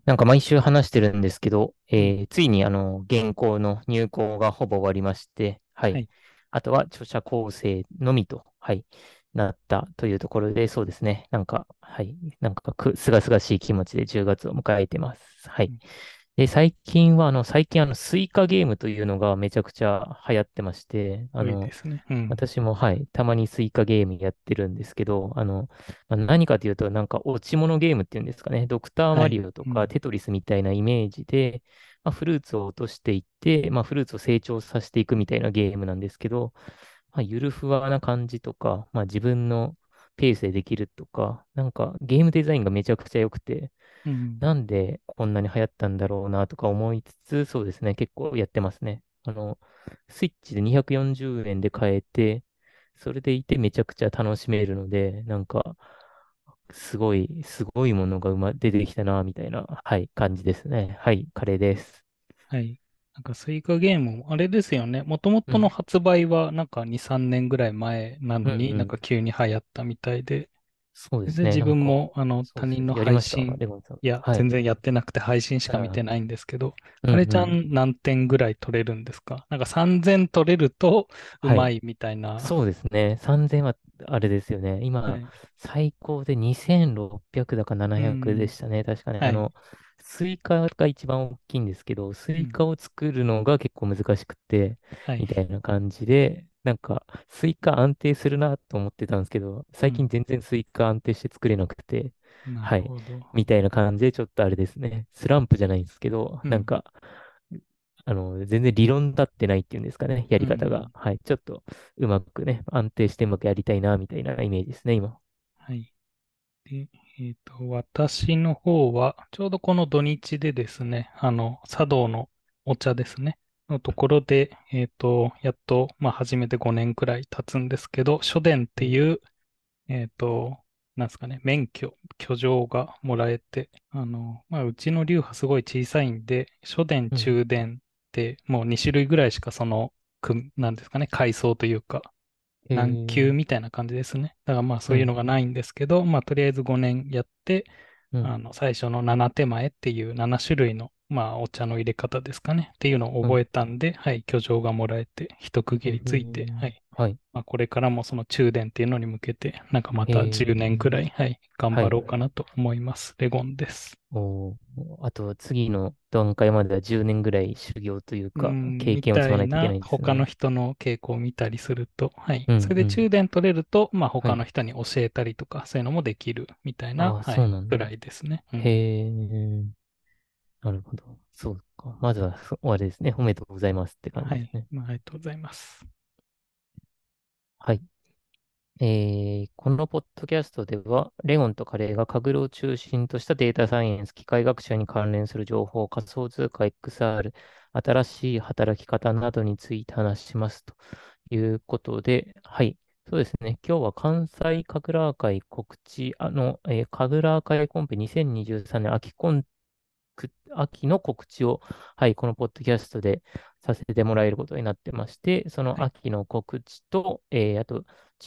なんか毎週話してるんですけど、 うん。 ついに原稿の入稿がほぼ終わりまして、はい。 はい。 あとは著者構成のみと、はい、なったというところで、そうですね。なんか、はい。なんかすがすがしい気持ちで10月を迎えてます。はい。 うん。 で、最近スイカゲームというのがめちゃくちゃ流行ってまして、 多いですね。うん。 私も、はい、たまにスイカゲームやってるんですけど、何かというと、なんか落ち物ゲームっていうんですかね、ドクターマはい。 リオとうん。 かテトリスみたいなイメージで、フルーツを落としていって、フルーツを成長させていくみたいなゲームなんですけど、ゆるふわな感じとか、自分のペースでできるとか、なんかゲームデザインがめちゃくちゃ良くて、 うん。 なんでこんなに流行ったんだろうなとか思いつつ、そうですね、結構やってますね。スイッチで240円で買えて、それでいてめちゃくちゃ楽しめるので、なんか、すごいものが出てきたな、みたいな、はい、感じですね。はい、カレーです。 はい。なんかスイカゲームも、あれですよね。もともうん、 との発売はなんか2、3年ぐらい前なうん、 のに、 うん。 なんか急に流行ったみたいで、全然そうですね、なんか、 自分もそうですね。 他人のやりました配信、 レゴンさん。 いや、 はい。 全然やってなくて配信しか見てあないんですけど、 うん、 カレちうん。 ゃん何点ぐらい取れるんですか？なんか3000取れるとうはい。 まいみたいな。 そうですね。3000はあれですよね。今、 はい。 最高で2600だかう 700でん。 したね。確かね。 はい。 スイカが一番大きいんですけど、スうん。 イカを作るのが結構難しくて、 はい。 みたいな感じで、なんか、スイカ安定するなと思ってたんですけど、最近うん。 全然スイカ安定して作れなくて、 なるはい。 ほど。 みたいな感じで、ちょっとあれですね。スランプじゃないんですけど、 うん。 なんか、全然理論立ってないっていうんですかね、やり方が。 うん。 はい。ちょっとうまくね、安定してうまくやりたいな、みたいなイメージですね、今。 はい。で、私の方は、ちょうどこの土日でですね、茶道のお茶ですね、のところで、やっと、まあ、始めて5年くらい経つんですけど、書伝ってうんいう、えっと、なんですかね、居城がもらえて、まあ、うちの流派すごい小さいんで、書伝、 うん。 中伝ってもう2種類ぐらいしかなんですかね、階層というか、 へ何級え、 みたいな感じですね。だからまあそういうのうん、 がないんですけど、まあとりあえず5年やって、 うん、 最初の7手前っていう7種類の、まあお茶の入れ方ですかね。っていうのを覚うん。 えたんで、はい、居城がもらえて、一区へ切りついて、はえ、 い。 はい。 まあこれからもその中伝っていうのに向けて、なんかまへた10年くえ、 らい、はい、頑はい。 張ろうかなと思います。レゴンです。 おー、あと次の段階までは10年ぐらい修行といううか、 ん、み経験を積たいなまないといけないんですね。 他の人の傾向を見たりすると、はい。 うん、 それでうん。 中伝取れると、まあはい。 他の人に教えたりとか、そういうのもできるみたいな、 ああ、 はい、くそうなんだ。 らいですね。うん。 へえ、なるほど。そうか。まずは、あれですね。おめでとうございますって感じはい。 ですね。 まあ、ありがとうございます。 はい。このポッドキャストでは、レゴンとカレーがカグルを中心としたデータサイエンス、機械学習に関連する情報、仮想通貨 XR、新しい働き方などについて話しますということで、はい。そうですね。今日は関西神楽会告知、神楽会コンペ2023年秋の告知を、はい、このポッドキャストでさせてもらえることになってまして、そのはい。 秋の告知と、あと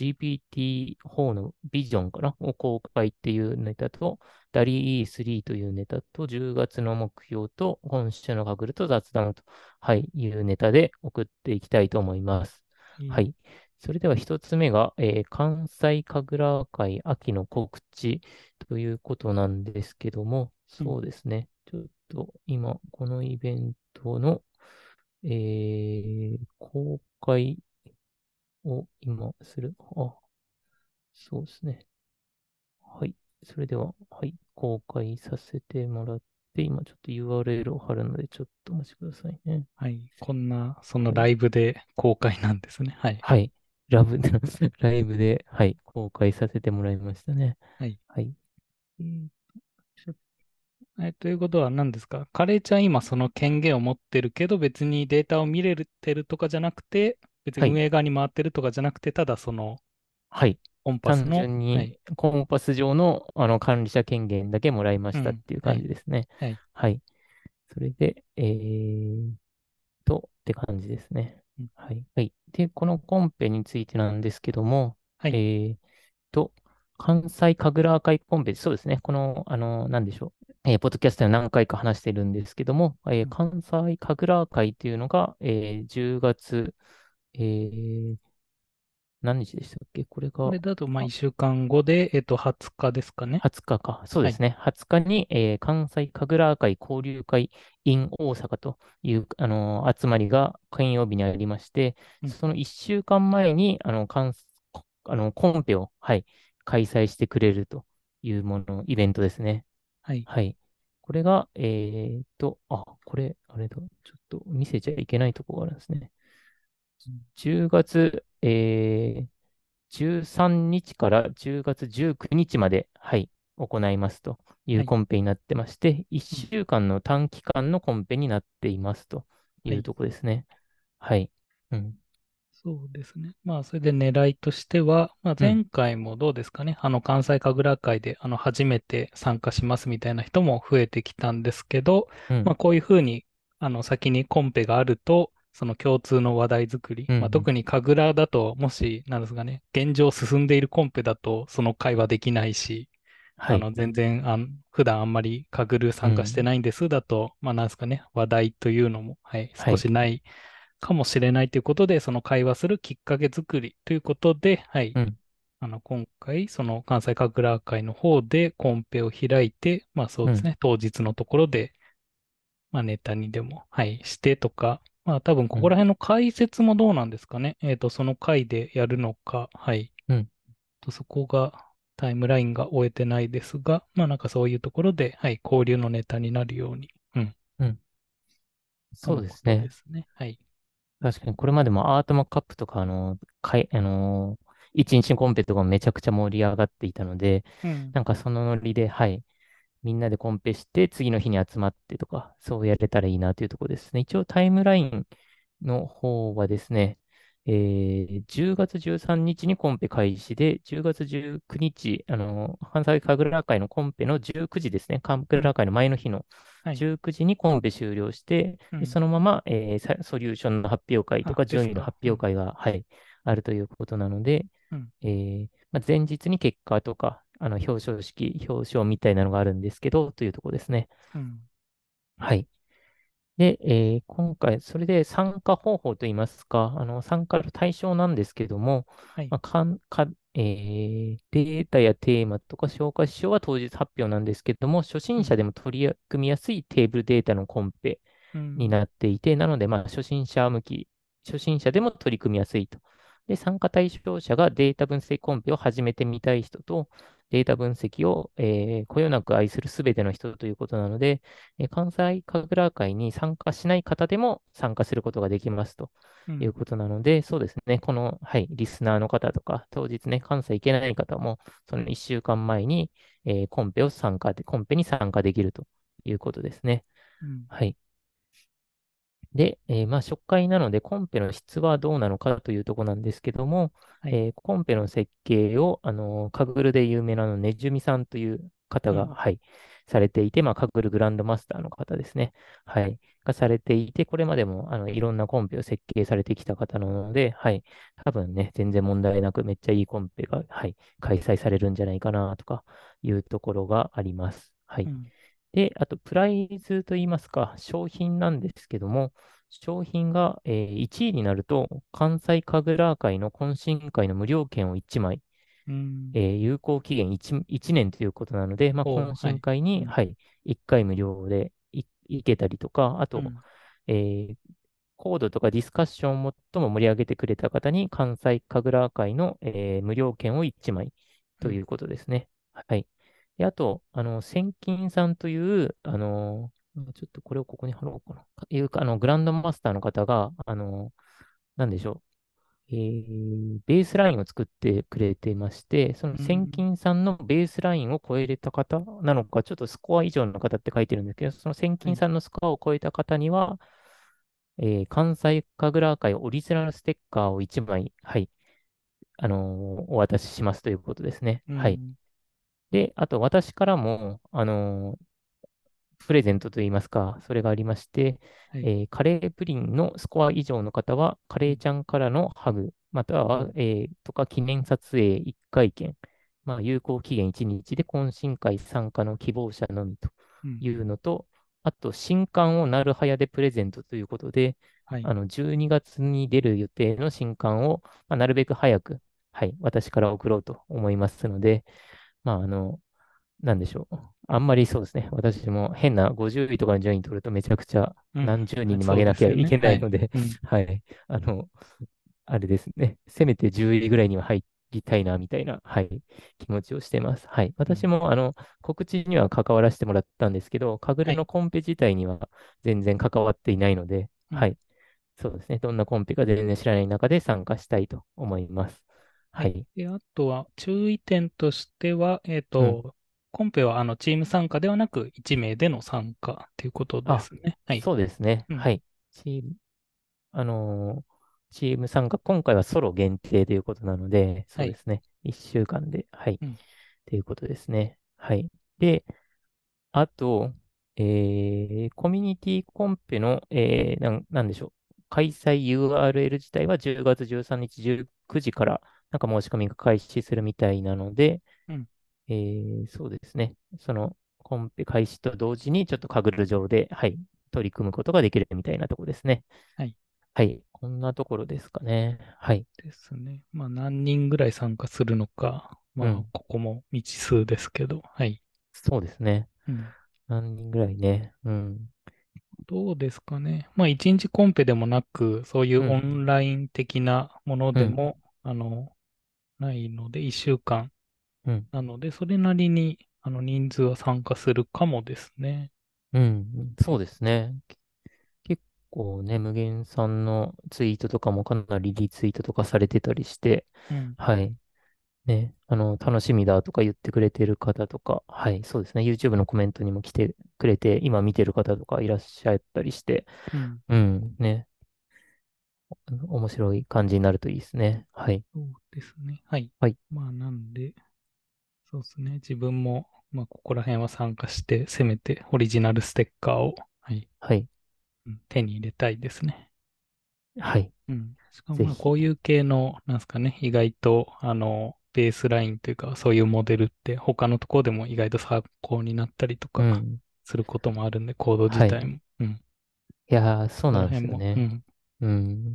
GPT-4 のビジョンかなを公開っていうネタと、ダリー E3 というネタと、10月の目標と、今週のかグルと雑談と、はい、いうネタで送っていきたいと思います。 いい。 はい。それでは一つ目が、関西神楽会秋の告知ということなんですけども、 うん。 そうですね。ちょっと今、このイベントの、公開を今する。そうですね。はい。それでは、はい。公開させてもらって、今ちょっと URL を貼るので、ちょっとお待ちくださいね。 はい。こんな、そのはい。 ライブで公開なんですね。はい。 はい。ライブで、はい。公開させてもらいましたね。 はい。 はい。えーちょということは何ですか？カレーちゃん今その権限を持ってるけど、別にデータを見れてるとかじゃなくて、別にはい。 運営側に回ってるとかじゃなくて、ただそのはい。 コンパス単の、 純にはい。 コンパス上の、管理者権限だけもらいましたっうん。 ていう感じはい。 ですね。 はい。 はい。それで、って感じですね。 うん。 はい。はい。で、このコンペについてなんですけども、えはい。 ーと、関西神楽会コンペ、そうですね。なんでしょう。 ポッドキャストで何回か話してるんですけども、 うん。 関西神楽会っていうのが、10月、えー何日でしたっけ？これが、 これだと、まあ、 あ 1週間後で、20日ですかね。 20日か。そうはい。 ですね。20日に、関西神楽会交流会 in 大阪という、集まりが金曜日にありまして、 うん。 その1週間前に、コンペを、はい、開催してくれるというイベントですね。 はい。 はい。これが、これ、あれだ。ちょっと見せちゃいけないところがあるんですね。10月、13日から10月19日まで、はい、行いますといはい。 うコンペになってまして、 うん。 1週間の短期間のコンペになっていますといはい。 うところですね。はい。うん。 そうですね。まあ、それで狙いとしては、まあ、 うん。 前回もどうですかね。関西神楽会で、初めて参加しますみたいな人も増えてきたんですけど、まあ、 うん。 こういうふうに、先にコンペがあると、その共通の話題作り、 うん。うまあ、 ん。 特に神楽だと、もし、なんですかね、現状進んでいるコンペだと、その会話できないし、 はい。 全然、普段あんまり神楽参加してうん。 ないんですだと、まあ、なんですかね、話題というのも、はい、 はい。 少しないかもしれないということで、その会話するきっかけ作りということで、はい。 うん。 今回、その関西神楽会の方でコンペを開いて、まあそううん。 ですね、当日のところで、まあネタにでも、はい、してとか、まあ多分こうん。 こら辺の解説もどうなんですかね。その回でやるのか、はい。 うん。 そこが、タイムラインが終えてないですが、まあなんかそういうところで、はい、交流のネタになるように、うん、 うん。 とそうのことでですね。 すね。はい。 確かに、これまでもアートマックアップとか、一日コンペとかもめちゃくちゃ盛り上がっていたので、 うん、 なんかそのノリで、はい、みんなでコンペして、次の日に集まってとか、そうやれたらいいなというところですね。一応タイムラインの方はですね、10月13日にちにコンペ開始で、10月19日、関西神楽会のコンペの19時ですね、神うん、 楽会の前の日のはい。 19時にコンペ終了して、で、 うん。 そのまま、ソリューションの発表会とあ、 か、 ですか。 順位の発うん。 表会が、はい、あるということなので、 うん。 前日に結果とか、表彰式、表彰みたいなのがあるんですけど、というところですね。 うん。 はい。で、今回、それで参加方法といいますか、参加の対象なんですけども、 はい。 まあ、かんかデータやテーマとか紹介書は当日発表なんですけども、初うん。 心者でも取り組みやすいテーブルデータのコンペにうん。 なっていて、なので、まあ、初心者でも取り組みやすいと。で、参加対象者がデータ分析コンペを始めてみたい人と、データ分析を、こよなく愛するすべての人ということなので、関西神楽会に参加しない方でも参加することができますとうん。 いうことなので、そうですね、この、はい、リスナーの方とか、当日ね、関西行けない方も、その1週間前に、コンペに参加できるということですね。 うん。 はい。で、まあ、初回なので、コンペの質はどうなのかというところなんですけども、 はい。 コンペの設計を、カグルで有名なねじゅみさんという方が、 うん。 はい、されていて、まあ、カグルグランドマスターの方ですね。はい、がされていて、これまでも、いろんなコンペを設計されてきた方なので、はい、多分ね、全然問題なく、めっちゃいいコンペが、はい、開催されるんじゃないかな、とかいうところがあります。はい。 うん。 で、あと、プライズといいますか、商品なんですけども、商品が、1位になると、関西神楽会の懇親会の無料券を1枚、 うん。 有効期限1年ということなので、まあ、 おー、 懇はい。 親会に、 うん。 はい、1回無料で行けたりとか、あと、 うん。 えーコードとかディスカッションを最も盛り上げてくれた方に、関西神楽会の、無料券を1枚うん。 ということですね。はい。で、あと、千金さんという、ちょっとこれをここに貼ろうかな。いうか、グランドマスターの方が、なんでしょう。ベースラインを作ってくれてまして、その千うん。 金さんのベースラインを超えれた方なのか、ちょっとスコア以上の方って書いてるんですけど、その千はい。 金さんのスコアを超えた方には、関西神楽会オリジナルステッカーを1枚、はい、お渡ししますということですね。はい。 うん。 で、あと私からも、プレゼントといいますか、それがありまして、 はい。 カレープリンのスコア以上の方は、カうん。 レーちゃんからのハグ、または、 おー、 とか記念撮影1回券、まあ、有効期限1日で懇親会参加の希望者のみとうん。 いうのと、あと、新刊をなるはやでプレゼントということで、 はい。 12月に出る予定の新刊を、なるべく早く、はい、私から送ろうと思いますので、まあ、なんでしょう。あんまりそうですね。私も変な50位とかの順位取るとめちゃくちゃうん。 何十人に曲そうげなですよね。 きゃいけなはい。 いので、 うん。 はい。あれですね。せめて10位ぐらいには入りたいな、みたいな、はい、気持ちをしてます。はい。 うん。 私も、告知には関わらせてもらったんですけど、カグはい。 ルのコンペ自体には全然関わっていないので、 うん。 はい。そうですね。どんなコンペか全然知らない中で参加したいと思います。 はい。 はい。 で、あとは注意点としては、 うん。 コンペはチーム参加ではなく1名での参加ということであ、 すね。はい。 そうですね。 うん。 はい。あのーチーム参加、今回はソロ限定ということなので、 はい。 そうですね。1週間で、はい。 うん。 ということですね。はい。で、あと、コミュニティコンペの、なんでしょう。開催 URL 自体は10月13日19時から、なんか申し込みが開始するみたいなので、 うん。 そうですね。そのコンペ開始と同時に、ちょっとカグル上で、はい、取り組むことができるみたいなところですね。 はい。 はい。こんなところですかね。はい。 ですね。まあ、何人ぐらい参加するのか、まあ、 うん。 ここも未知数ですけど、はい。 そうですね。 うん。 何人ぐらいね。うん。 どうですかね。まあ、一日コンペでもなく、そういうオうん。 ンライン的なものうん。 でも、ないので、一週間うん。 なので、それなりに、人数は参加するかもですね。 うん。 うん。 そうですね。結構ね、無限さんのツイートとかもかなりリツイートとかされてたりして、 うん。 はい。ね、楽しみだとか言ってくれてる方とか、はい、そうですね。YouTube のコメントにも来てくれて、今見てる方とかいらっしゃったりして、 うん。 うん、ね、面白い感じになるといいですね。はい。 そうですね。はい。 はい。 まあ、なんで、そうですね。自分も、まあ、ここら辺は参加して、せめてオリジナルステッカーを、はい、 はい。 手に入れたいですね。 はい。 うん。しかもまあ、こぜひ。 ういう系の、なんですかね、意外と、ベースラインというか、そういうモデルって、他のところでも意外と参考になったりとか、 うん。 することもあるんで、コード自はい。 体も。うん。 いやー、そうなんでここら辺も。うすよね。 ん。 うん。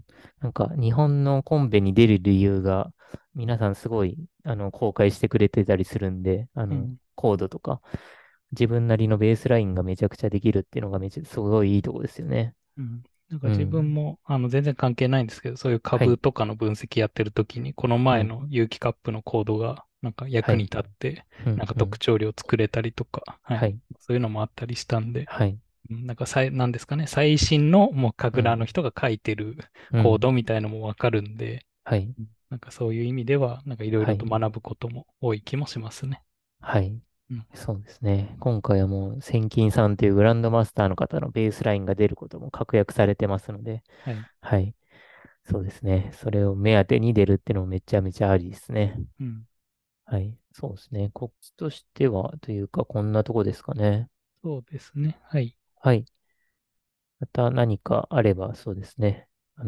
なんか、日本のコンペに出る理由が、皆さんすごい、公開してくれてたりするんで、 うん。 コードとか、自分なりのベースラインがめちゃくちゃできるっていうのがすごいいいとこですよね。 うん。なんか自分うん。 も、全然関係ないんですけど、そういうはい。 株とかの分析やってるときに、この前うん。 の有機カップのコードが、なんか役にはい。 立って、 うん。 なんかうん。 特徴量作れたりとか、はい。 はい。 そういうのもあったりしたんで、 はい。 なんかなんですかね、最新のもうカグラーのうん。 人が書いてるうん。 コードみたいのもわかるんで、 はい。 なんかそういう意味では、なんかいろいろとはい。 学ぶことも多い気もしますね。 はい。 うん。 そうですね。今回はもう、千金さんというグランドマスターの方のベースラインが出ることも確約されてますので、 はい。 はい。そうですね。それを目当てに出るっていうのもめちゃめちゃありですね。 うん。 はい。そうですね。告知としては、というか、こんなとこですかね。 そうですね。はい。 はい。また何かあれば、そうですね。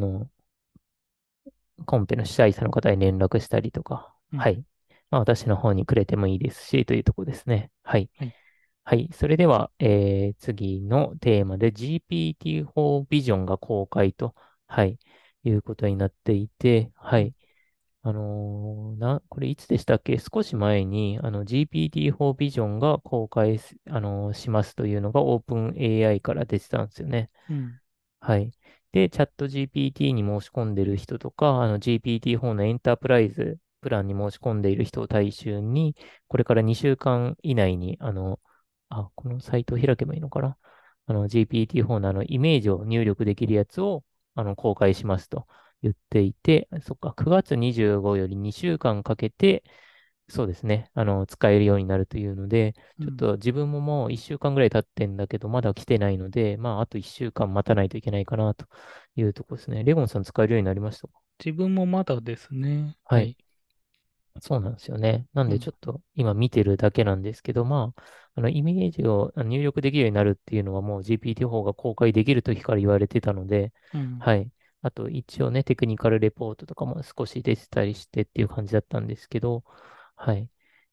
コンペの主催者の方に連絡したりとか、 うん。 はい。まあ、私の方にくれてもいいですし、というとこですね。はい。 はい。 はい。それでは、次のテーマで GPT-4 ビジョンが公開と、はい、いうことになっていて、はうん。 い。これいつでしたっけ？少し前に、GPT-4 ビジョンが公開しますというのが OpenAI から出てたんですよね。 うん。 はい。で、チャット GPT に申し込んでる人とか、GPT-4 のエンタープライズプランに申し込んでいる人を対象に、これから2週間以内に、このサイトを開けばいいのかな？GPT-4 のイメージを入力できるやつを、公開しますと言っていて、そっか、9月25より2週間かけて、そうですね。使えるようになるというので、 うん。 ちょっと自分ももう1週間ぐらい経ってんだけど、まだ来てないので、まあ、あと1週間待たないといけないかなというところですね。レゴンさん使えるようになりましたか？ 自分もまだですね。 はい。 はい。 そうなんですよね。なんうん。 でちょっと今見てるだけなんですけど、まあ、イメージを入力できるようになるっていうのはもう GPT-4 が公開できる時から言われてたので、 うん。 はい。あと一応ね、テクニカルレポートとかも少し出てたりしてっていう感じだったんですけど、はい。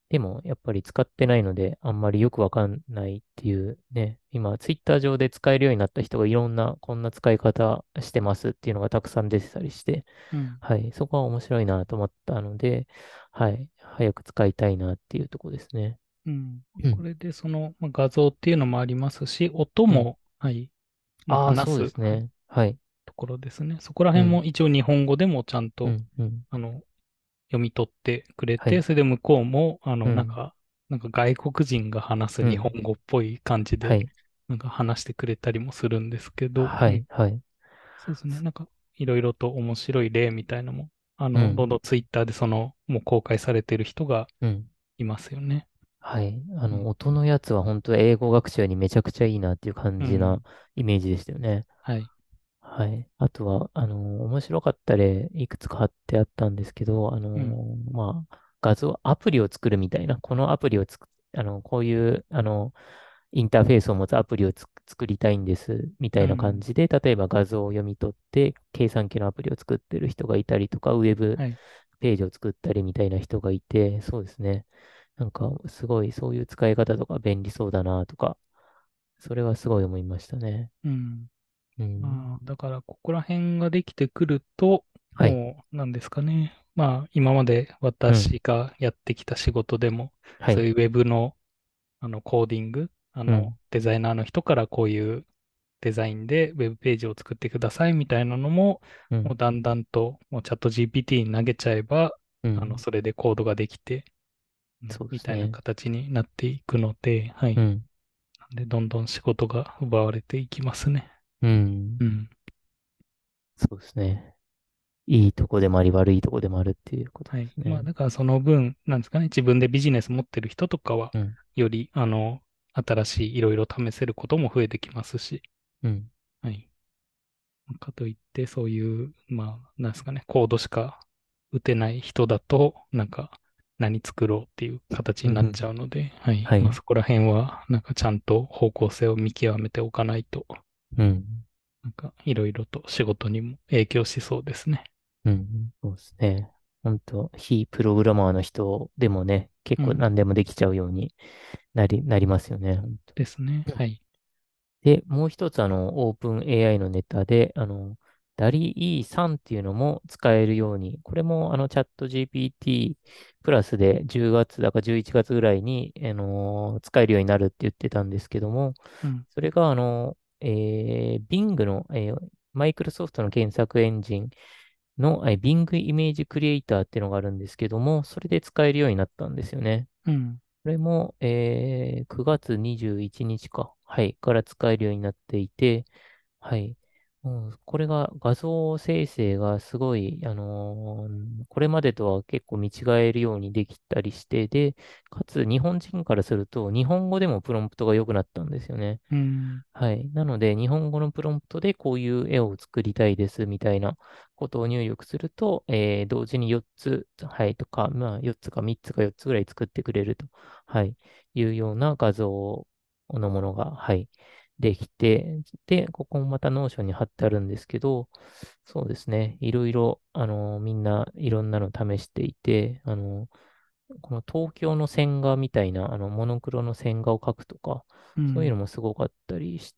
でも、やっぱり使ってないので、あんまりよくわかんないっていうね、今、ツイッター上で使えるようになった人がいろんな、こんな使い方してますっていうのがたくさん出てたりして、 うん。 はい、そこは面白いなと思ったので、はい、早く使いたいなっていうところですね。 うん。 うん、 これでその、まあ、画像っていうのもありますし、音うん。 も、はい。まあ、 ああ、そうで話す、はい、 すね。はい。 ところですね。そこらうん、 辺も一応日本語でもちゃんと、 うん、うん。 あの、読み取ってくれて、 はい。 それで向こうも、 うん、 なんか外国人が話す日本うん。 語っぽい感じで、 はい。 なんか話してくれたりもするんですけど、はい。 はい、はい。 そうですね。なんか、いろいろと面白い例みたいのも、どうん、 んどんツイッターでもう公開されてる人がうん。 いますよね。 はい。 うん。 音のやつは本当英語学習にめちゃくちゃいいなっていう感じなうん。 イメージでしたよね。 はい。 はい。あとは、面白かった例、いくつか貼ってあったんですけど、 うん。 まあ、アプリを作るみたいな、このアプリをつく、こういう、インターフェースを持つアプリを作りたいんです、みたいな感うん。 じで、例えば画像を読み取って、計算機のアプリを作ってる人がいたりとか、ウェブはい。 ページを作ったりみたいな人がいて、そうですね。なんか、すごい、そういう使い方とか便利そうだなとか、それはすごい思いましたね。 うん。 うん。 まあ、だから、ここら辺ができてくると、 はい。 もう、なんですかね。まあ、今までうん。 私がやってきた仕事でも、 はい。 そういうウェブの、コーディング、 うん。 デザイナーの人からこういうデザインでウェブページを作ってくださいみたいなのも、 うん。 もうだんだんと、もうチャット GPT に投げちゃえば、 うん。 それでコードができて、みたいなそうですね。 形になっていくので、はい。 うん。 なんで、どんどん仕事が奪われていきますね。 うん。 うん。 そうですね。いいとこでもあり、悪いとこでもあるっていうことはい。 ですね。 まあ、だからその分、なんですかね、自分でビジネス持ってる人とかは、 うん。 より、新しいいろいろ試せることも増えてきますし、 うん。 はい。かといって、そういう、まあ、なんですかね、コードしか打てない人だと、なんか、何作ろうっていう形うん。 になっちゃうん。 うので、はい。 はい。 まあ、そこら辺は、なんかちゃんと方向性を見極めておかないと、 うん。 なんか、いろいろと仕事にも影響しそうですね。 うん。そうですね。本当非プログラマーの人でもね、結うん。 構何でもできちゃうようになりますよね。本ですね。 当。 はい。 で、もう一つ、オープン AI のネタで、ダリ E3 っていうのも使えるように、これも、チャット GPT プラスで10月だか11月ぐらいに、使えるようになるって言ってたんですけども、 うん。 それが、Bing の、マイクロソフトの検索エンジンの、Bing イメージクリエイターっていうのがあるんですけども、それで使えるようになったんですよね。 うん。 これも、9月21日か。はい。から使えるようになっていて、はい。これが画像生成がすごい、これまでとは結構見違えるようにできたりして、で、かつ日本人からすると日本語でもプロンプトが良くなったんですよね。 うん。 はい。なので、日本語のプロンプトでこういう絵を作りたいですみたいなことを入力すると、同時に4つ、はい、とか、まあ4つか3つか4つぐらい作ってくれると、はい、いうような画像のものが、はい、できて、で、ここもまたノーションに貼ってあるんですけど、そうですね、いろいろ、みんないろんなの試していて、この東京の線画みたいな、モノクロの線画を描くとか、そういうのうん。 もすごかったりして、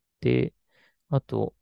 あと、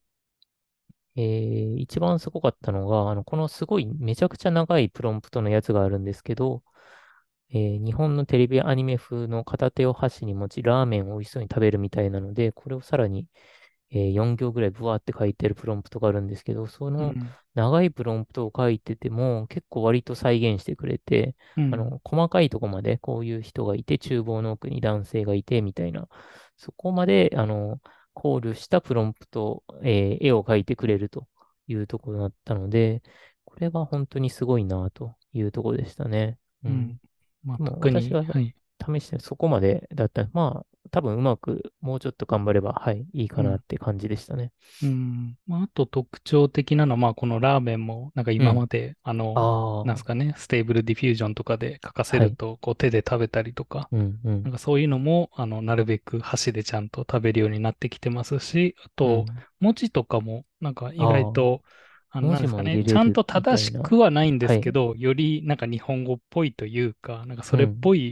一番すごかったのが、このすごいめちゃくちゃ長いプロンプトのやつがあるんですけど、日本のテレビアニメ風の片手を箸に持ち、ラーメンを美味しそうに食べるみたいなので、これをさらに4行ぐらいブワーって書いてるプロンプトがあるんですけど、そのうん。 長いプロンプトを書いてても結構割と再現してくれて、 うん。 細かいとこまでこういう人がいて、厨房の奥に男性がいてみたいな、そこまで、考慮したプロンプト、絵を描いてくれるというところだったので、これは本当にすごいなというところでしたね。ううん。 ん。 まあ、 でも特に、 私がはい。 試してそこまでだったら、まあ、多分うまくもうちょっと頑張れば、はい、いいかなっうん。 て感じでしたね。 うん。まあ、あと特徴的なのは、まあ、このラーメンも、なんかうん。 今まで、なんですああ、 かね、ステーブルディフュージョンとかで書かせはい。 ると、こう手で食べたりとか、 うん、うん、 なんかそういうのも、なるべく箸でちゃんと食べるようになってきてますし、あと、 うん。 文字とかも、なんか意外ああ、 と、 文字も入なんですかね、ちゃんれれると正しみたいな。 くはないんではい。 すけど、よりなんか日本語っぽいというか、なんかそれっうん、 ぽい、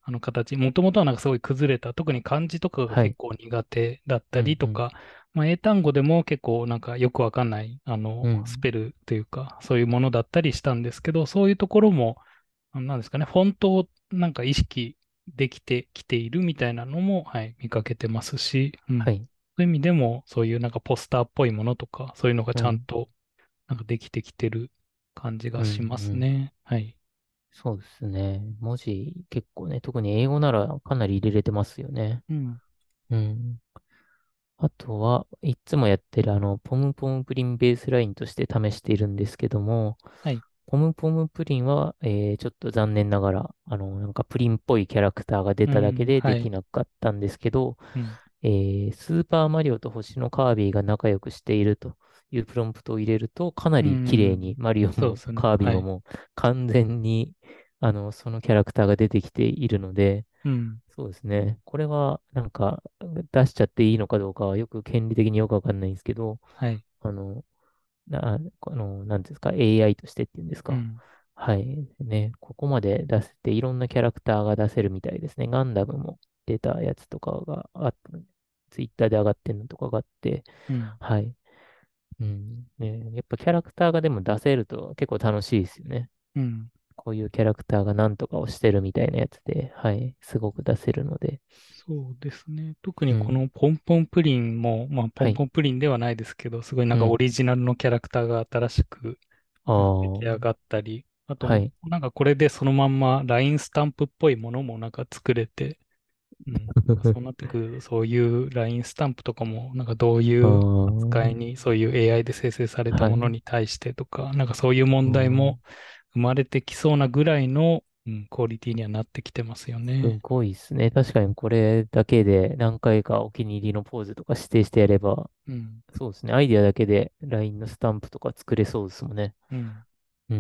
形、もともとはなんかすごい崩れた、特に漢字とかがはい。 結構苦手だったうん、うん、 りとか、まあ、英単語でも結構なんかよくわかんない、スうん。 ペルというか、そういうものだったりしたんですけど、そういうところも、なんですかね、フォントをなんか意識できてきているみたいなのも、はい、見かけてますし、うん。 はい。 そういう意味でも、そういうなんかポスターっぽいものとか、そういうのがうん、 ちゃんとなんかできてきてる感じうん、 がしますうん。 ね。はい。 そうですね。文字結構ね、特に英語ならかなり入れれてますよね。 うん。 うん。あとは、いつもやってるポムポムプリンベースラインとして試しているんですけども、 はい。 ポムポムプリンは、ちょっと残念ながら、なんかプリンっぽいキャラクターが出ただけうん。 でできはい。 なかったんですけど、 うん。 スーパーマリオと星のカービィが仲良くしているというプロンプトを入れると、かなうり綺麗にん。 マリオもそうですね。 カービィはい。 ももう完全に、そのキャラクターが出てきているので、 うん。 そうですね。これは、なんか、出しちゃっていいのかどうかは、権利的によくわかんないんですけど、 はい。 あの、なんていうんですか、AI としてっていうんですか。 うん。 はい。ね、ここまで出せて、いろんなキャラクターが出せるみたいですね。ガンダムも出たやつとかがツイッターで上がってるのとかがあって、 うん。 はい。うん。ね、やっぱキャラクターがでも出せると結構楽しいですよね。 うん。 こういうキャラクターが何とかをしてるみたいなやつで、はい。すごく出せるので。 そうですね。特にこうん。 のポンポンプリンも、まあ、ポはい。 ンポンプリンではないですけど、すごいなんかオうん。 リジナルのキャラクターが新しくあ出来上があ。 ったり、あと、 はい。 なんかこれでそのまんまラインスタンプっぽいものもなんか作れて、うん。そうなってくる、そういうラインスタンプとかも、なんかどういあうあ。 扱いに、そういう AI で生成されたものはい。 に対してとか、なんかそういうう問題もん。 生まれてきそうなぐらいの、クオリティにはなってきてますよすね。 ごいですね。確かにこれだけで何回かお気に入りのポーズとか指定してやれば、 うん、 そうですね。アイデアだけで LINE のスタンプとか作れそうですもんね。 うん。 うん。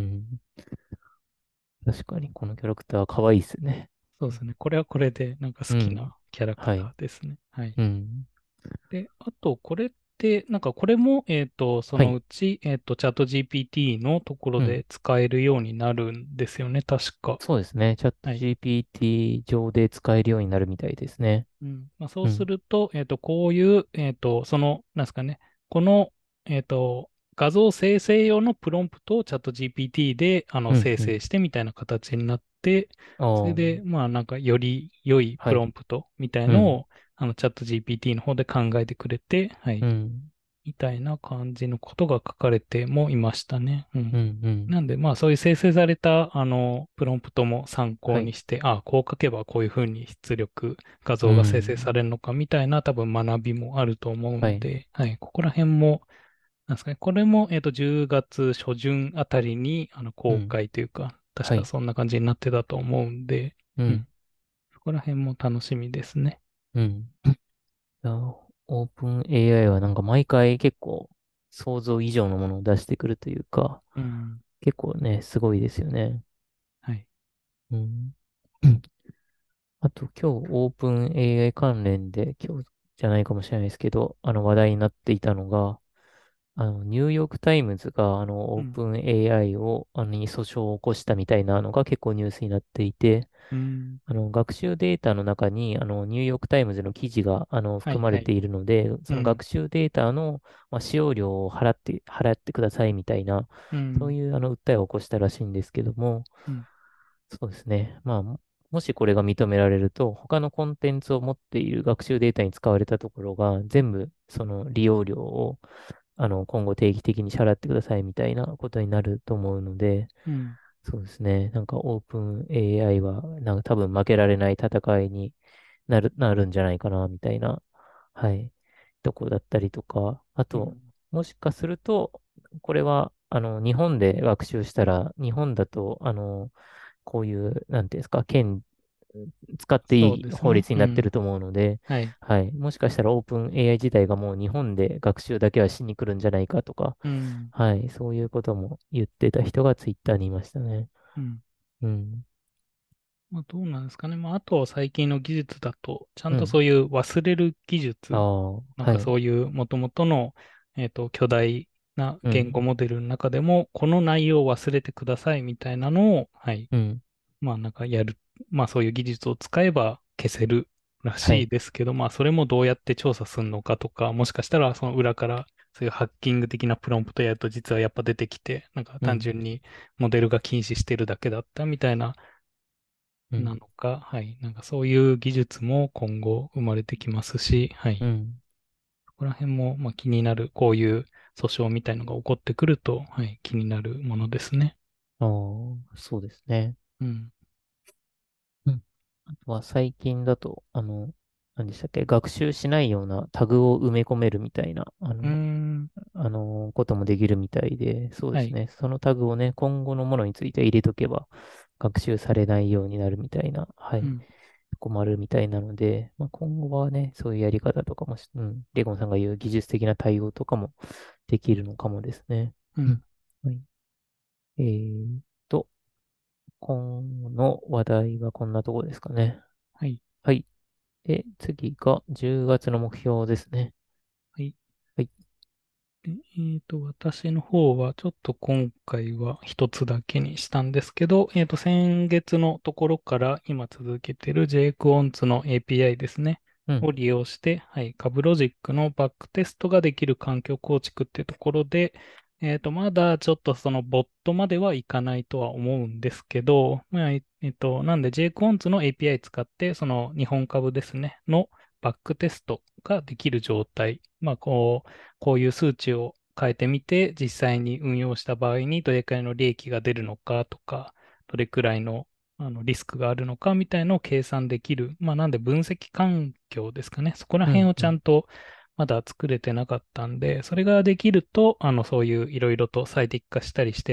確かにこのキャラクター可愛いですね。 そうですね。これはこれで、なんか好きうん。 なキャラクはい。 ターですね。はい。 うん。 で、あと、これって、なんかこれも、そはい。 のうち、チャット GPT のところうん。 で使えるようになるんですよね、確か。 そうですね。チャットはい。 GPT 上で使えるようになるみたいですね。 うん。まあ、そうすうん。 ると、こういう、なんですかね、この、画像生成用のプロンプトをチャット GPT で、 うん。 生うん。 成してみたいな形になって、 ああ。 それで、まあ、なんか、より良いはい。 プロンプトみたいうん。 のを、チャット GPT の方で考えてくれて、はい、 うん。 みたいな感じのことが書かれてもいましたね。うん。 うん。うん。 なんで、まあ、そういう生成された、プロンプトも参はい。 考にして、あ、こう書けばこういうふうに出力、画う像が生成さん。 れるのかみたいな多分学びもあると思うはい。 ので、はい、ここら辺も、なんですかね、これも、10月初旬あたりに、公うん。 開というか、確はい。 かそんな感じになってたと思うんで、うん、 うん。 そこら辺も楽しみですね。 うん。いや、オープン AI はなんか毎回結構想像以上のものを出してくるというか、 うん、 結構ね、すごいですよね。 はい。 うん。あと今日オープン AI 関連で、今日じゃないかもしれないですけど、話題になっていたのが、ニューヨークタイムズがうん、 オープン AI に訴訟を起こしたみたいなのが結構ニュースになっていて、 うん、 学習データの中に、ニューヨークタイムズの記事が、 はい、はい。 含まれているので、そのうん、 学習データの、まあ、使用料を払ってくださいみたいな、 うん、 そういう、訴えを起こしたらしいんですけども、 うん、 そうですね。まあ、もしこれが認められると、他のコンテンツを持っている学習データに使われたところが、全部、その利用料を、今後定期的に支払ってくださいみたいなことになると思うので、 うん、 そうですね。なんかオープン AI は、なんか多分負けられない戦いになるんじゃないかな、みたいな、はい、とこだったりとか、あと、 うん。 もしかすると、これは、日本で学習したら、日本だと、こういう、なんていうんですか、使っていいそうですね。 法律にうん。 なってると思うので、 はい。 はい。もしかしたらオープン AI 自体がもう日本で学習だけはしに来るんじゃないかとか、 うん。 はい。そういうことも言ってた人がツイッターにいましたね。 うん。 うん。 まあ、どうなんですかね。まあ、あと最近の技術だと、ちゃんうん。 とそういう忘れる技あ術、 あ、 なんかはい。 そういう元々の、巨大な言語うん。 モデルの中でも、この内容を忘れてくださいみたいなのを、はい。 うん。 まあ、なんかやる。 まあそういう技術を使えば消せるらしいはい。 ですけど、まあそれもどうやって調査するのかとか、もしかしたらその裏からそういうハッキング的なプロンプトやると実はやっぱ出てきて、なんかうん。 単純にモデルが禁止してるだけだったみたいな、 うん。 なのか、はい。なんかそういう技術も今後生まれてきますし、はい。 うん。 そこら辺もまあ気になる、こういう訴訟みたいのが起こってくると、はい、気になるものですね。 ああ、そうですね。 うん。 うん。あとは最近だと、何でしたっけ、学習しないようなタグを埋め込めるみたいな、 うーん。 こともできるみたいで、そうではい。 すね。そのタグをね、今後のものについて入れとけば、学習されないようになるみたいな、はい、 うん。 困るみたいなので、まあ、今後はね、そういうやり方とかもうん、レゴンさんが言う技術的な対応とかもできるのかもですね。 うん。 うん。はい。えーと、今後の話題はこんなところですかね。 はい。 はい。で、次が10月の目標ですね。 はい。 はい。 で私の方は、ちょっと今回は一つだけにしたんですけど、先月のところから今続けている JQuants の API ですね、 うん。 を利用して、はい、株ロジックのバックテストができる環境構築っていうところで、まだちょっとそのボットまではいかないとは思うんですけど、まあ、なんで JQuants の API 使って、その日本株ですね、のバックテストができる状態、まあ、こういう数値を変えてみて、実際に運用した場合にどれくらいの利益が出るのかとか、どれくらいのリスクがあるのかみたいのを計算できる。まあ、なんで分析環境ですかね。そこら辺うん。 をうん。 ちゃんとまだ作れてなかったんで、それができると、そういういろいろと最適化したりしてって、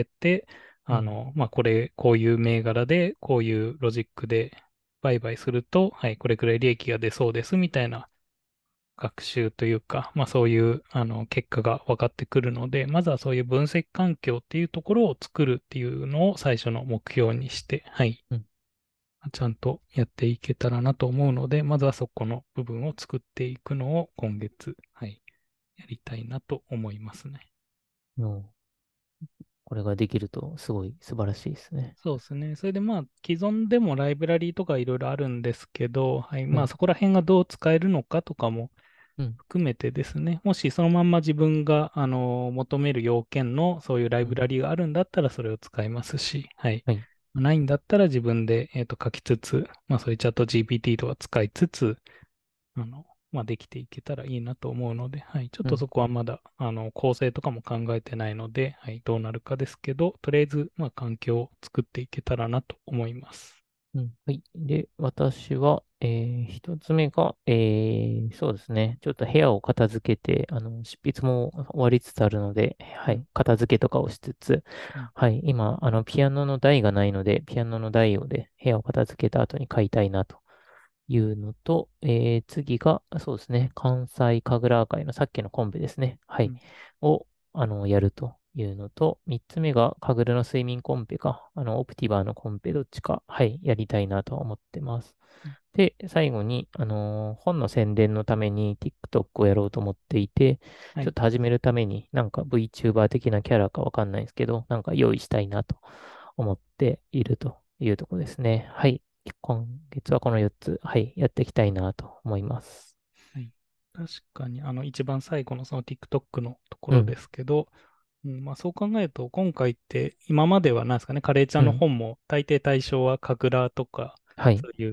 うん。 まあ、こういう銘柄で、こういうロジックで売買すると、はい、これくらい利益が出そうですみたいな学習というか、まあそういう、結果が分かってくるので、まずはそういう分析環境っていうところを作るっていうのを最初の目標にして、はい、 うん。 ちゃんとやっていけたらなと思うので、まずはそこの部分を作っていくのを今月、はい、やりたいなと思いますね。 もこれができるとすごい素晴らしいですね。 そうですね。それでまあ、既存でもライブラリーとかいろいろあるんですけど、はい、 はい。 まあそこら辺がどう使えるのかとかも、 うん。 含めてですね、もしそのまんま自分が、求める要件のそういうライうん。 ブラリがあるんだったらそれを使いますし、はい。 はい。 ないんだったら自分で、書きつつ、まあそういうチャット GPT とか使いつつ、まあできていけたらいいなと思うので、はい。ちょっうん。 とそこはまだ、構成とかも考えてないので、はい。どうなるかですけど、とりあえず、まあ環境を作っていけたらなと思います。 うん。はい。で、私は、一つ目が、そうですね。ちょっと部屋を片付けて、執筆も終わりつつあるので、はい。 うん。 片付けとかをしつつ、 うん。 はい。今、ピアノの台がないので、ピアノの台をで、部屋を片付けた後に買いたいなというのと、次が、そうですね。関西神楽会のさっきのコンペですね。はい。 うん。 を、やるというのと、三つ目が、神楽の睡眠コンペか、オプティバーのコンペどっちか、はい、やりたいなと思ってます。 うん。 で、最後に、本の宣伝のために TikTok をやろうと思っていて、 はい。 ちょっと始めるために、なんか VTuber 的なキャラかわかんないですけど、なんか用意したいなと思っているというところですね。はい。今月はこの4つ、はい、やっていきたいなと思います。 はい。確かに、一番最後のその TikTok のところでうん、 すけど、うん、まあそう考えると、今回って今までは何ですかね、カレーちゃんのうん、 本も大抵対象は神楽とか、 はい、 そういう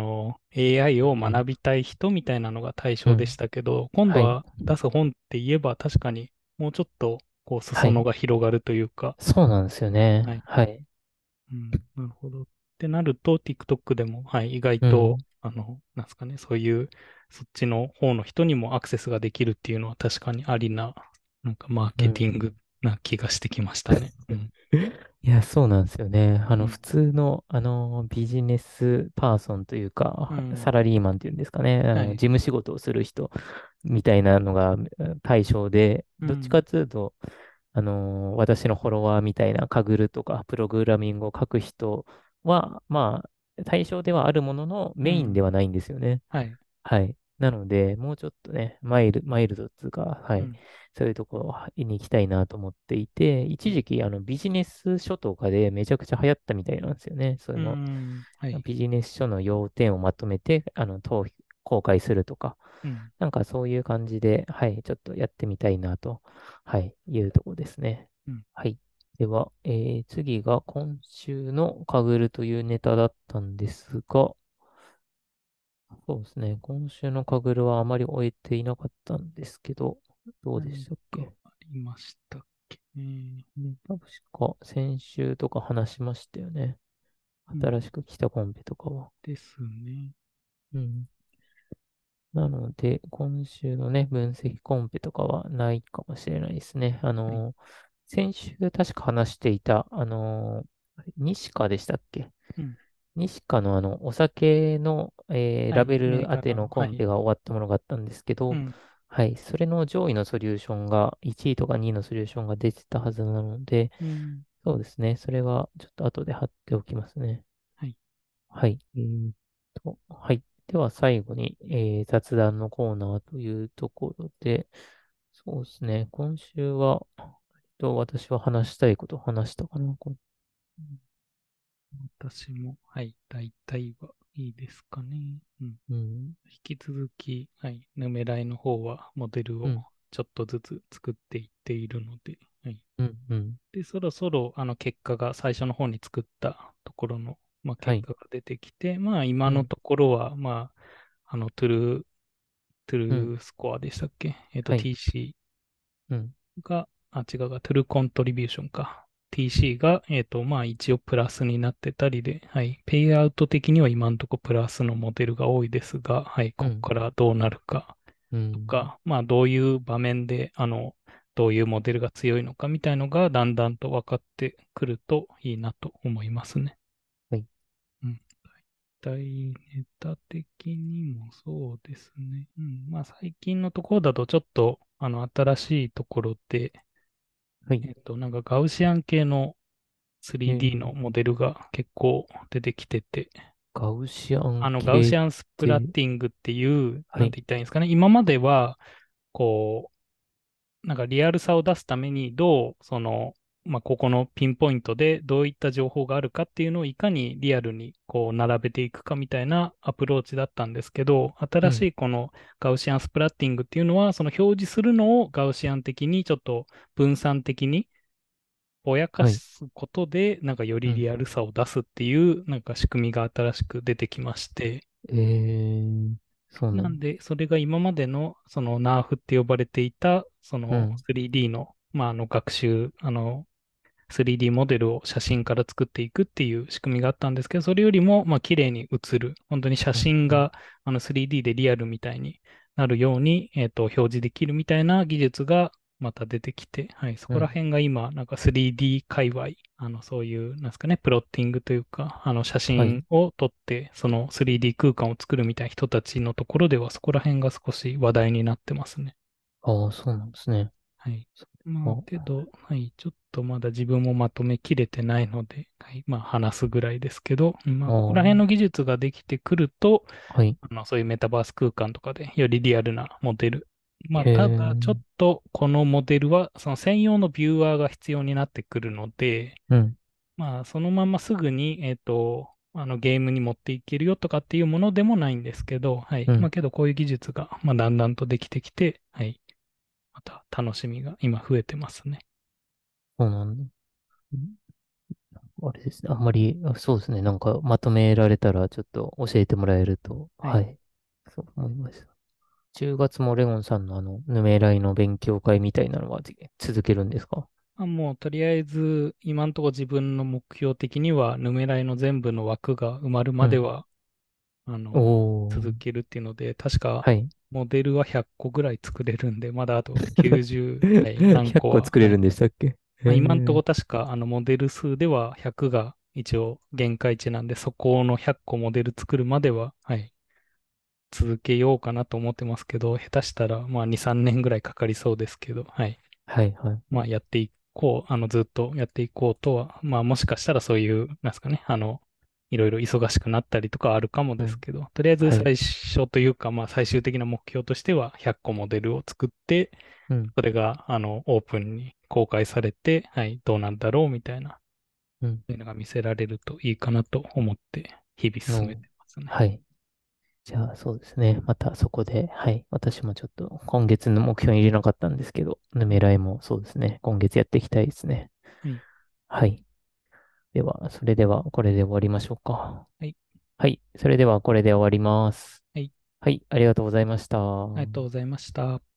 、AI をうん、 学びたい人みたいなのが対象でしうん、 たけど、今度はい、 は出す本って言えば確かにもうちょっと、こう、裾野はい。 が広がるというか、 そうなんですよね。 はい。 はい。 うん、なるほど。ってなると、TikTok でも、はい、意外と、 うん、 なんですかね、そういう、そっちの方の人にもアクセスができるっていうのは確かにありな、なんかマーうん。 ケティングな気がしてきましたね。うん。 いや、そうなんですよね。 うん。 普通の、ビジネスパーソンというか、サうん。 ラリーマンっていうんですかね。事はい。 務仕事をする人みたいなのが対象で、 うん。 どっちかというと、私のフォロワーみたいなカグルとかプログラミングを書く人は、まあ、対象ではあるもののうん。 メインではないんですよね。 はい。 はい。 なので、もうちょっとね、マイルドっていうか、はい、 うん。 そういうところに行きたいなと思っていて、 はい。 一時期、ビジネス書とかでめちゃくちゃ流行ったみたいなんですよね。そういううの、 ん。はい。 ビジネス書の要点をまとめて、公開するとか、 うん。 なんかそういう感じで、はい、ちょっとやってみたいなと、はい、いうところですね。 うん。 はい。では、次が今週のカグルというネタだったんですが、そうですね。今週のカグルはあまり終えていなかったんですけど、どうで何したっけ？ かありましたっけね。 ね、確か先週とか話しましたよね。 うん。 新しく来たコンペとかは。 ですね。 うん。なので、今週のね、分析コンペとかはないかもしれないですね。 はい。 先週確か話していた、あれ西川でしたっけ？ うん。 西川のお酒の、 はい。 ラベ銘ル当ての柄の、はい。 コンペが終わったものがあったんですけど、 うん。 はい、それの上位のソリューションが、1位とか2位のソリューションが出てたはずなので、 うん。 そうですね、それはちょっと後で貼っておきますね。 はい。 はい。はい。では最後に、雑談のコーナーというところで、そうですね、今週は、私は話したいことを話したかな。 うん。私も、はい。大体はいいですかね。うん。 うん、 引き続き、はい。ヌメライの方はモデルをうん、 ちょっとずつ作っていっているので、はい。 うん、うん。 で、そろそろ、結果が最初の方に作ったところの、まあ、 はい。 結果が出てきて、まあ、今うん、 のところは、まあ、トゥうん。 ルースコアでしたっけはい。うん、 TC が、違うが、トゥルーコントリビューションか。TC が、まあ、一応プラスになってたりで、はい。ペイアウト的には今のところプラスのモデルが多いですが、はい。ここうん、 からどうなるかうん。 とか、まあ、どういう場面で、どういうモデルが強いのかみたいのがだんだんと分かってくるといいなと思いますね。 はい。 うん。大体ネタ的にもそうですね。うん。まあ、最近のところだとちょっと、新しいところで、 はい。 なんかガウシアン系のえ 3D のー、 モデルが結構出てきてて、 ガウシアンガウ系っシアンスプラッて、 ティングっていう、 はい。 なんて言ったらいいんですかね。今までは、こなんかリアルさを出すためにまあ、ここのピンポイントでどういった情報があるかっていうのをいかにリアルにこう並べていくかみたいなアプローチだったんですけど、新しうん。 いこのガウシアンスプラッティングっていうのは、その表示するのをガウシアン的にちょっと分散的にぼやかはい。 すことで、なんかようん。 りリアルさを出すっていうなんか仕組みが新しく出てきまして、 そうなんだ。 なんで、それが今までの、その NARF って呼ばれていた、そのうん。 3D の、まあ、学習、3D モデルを写真から作っていくっていう仕組みがあったんですけど、それよりも、まあ、綺麗に映る、本当に写うん。うん。 真が、3D でリアルみたいになるように、表示できるみたいな技術がまた出てきて、はい、そこらうん。 辺が今、なんか 3D 界隈、そういう、なんですかね、プロッティングというか、写はい。 真を撮って、その 3D 空間を作るみたいな人たちのところでは、そこら辺が少し話題になってますね。 ああ、そうなんですね。 はい。 そまあ、 うか。 けど、はい、ちょっとまだ自分もまとめきれてないので、はい、まあ、話すぐらいですけど、まあ、 あここら辺のあ、 技術ができてくると、 はい。 そういうメタバース空間とかでよりリアルなモデル。まあ、 へただ、ちょえ。 っとこのモデルは、その専用のビューアーが必要になってくるので、 うん。 まあ、そのまますぐに、ゲームに持っていけるよとかっていうものでもないんですけど、はい。まあ、 うん。 けど、こういう技術が、まあ、だんだんとできてきて、はい。また楽しみが今増えてますね。 そうなんだ。あれですね。あんまり、そうですね。なんかまとめられたらちょっと教えてもらえると、 はい。 はい。そう思いました。10月もレゴンさんのヌメライの勉強会みたいなのは続けるんですか？ まあ、もう、とりあえず、今のところ自分の目標的には、ヌメライの全部の枠が埋まるうん。 までは、 おー。 続けるっていうので、確か、 はい。 モデルは100個ぐらい作れるんで、まだあと90、はい、何 100 個は、 個作れるんはい。 でしたっけ？へまあ、今のとこえ。 ろ確か、モデル数では100が一応限界値なんで、そこの100個モデル作るまでは、はい、続けようかなと思ってますけど、下手したら、まあ、2、3年ぐらいかかりそうですけど、はい。 はいはい。 まあ、やっていこう、ずっとやっていこうとは、まあ、もしかしたらそういう、なんですかね、 いろいろ忙しくなったりとかあるかもうん。 ですけど、とりあえずはい。 最初というか、まあ最終的な目標としては100個モデルを作って、 うん。 それが、オープンに公開されて、はい、どうなんだろうみたいな、 うん。 そういうのが見せられるといいかなと思って、日々進めの、 てますね。 はい。じゃあ、そうですね。またそこで、はい。私もちょっと今月の目標に入れなかったんですけど、 はい。 狙いもそうですね。今月やっていきたいですね。 はい。 はい。では、それではこれで終わりましょうか。 はい。 はい。それではこれで終わります。 はい。 はい。ありがとうございました。 ありがとうございました。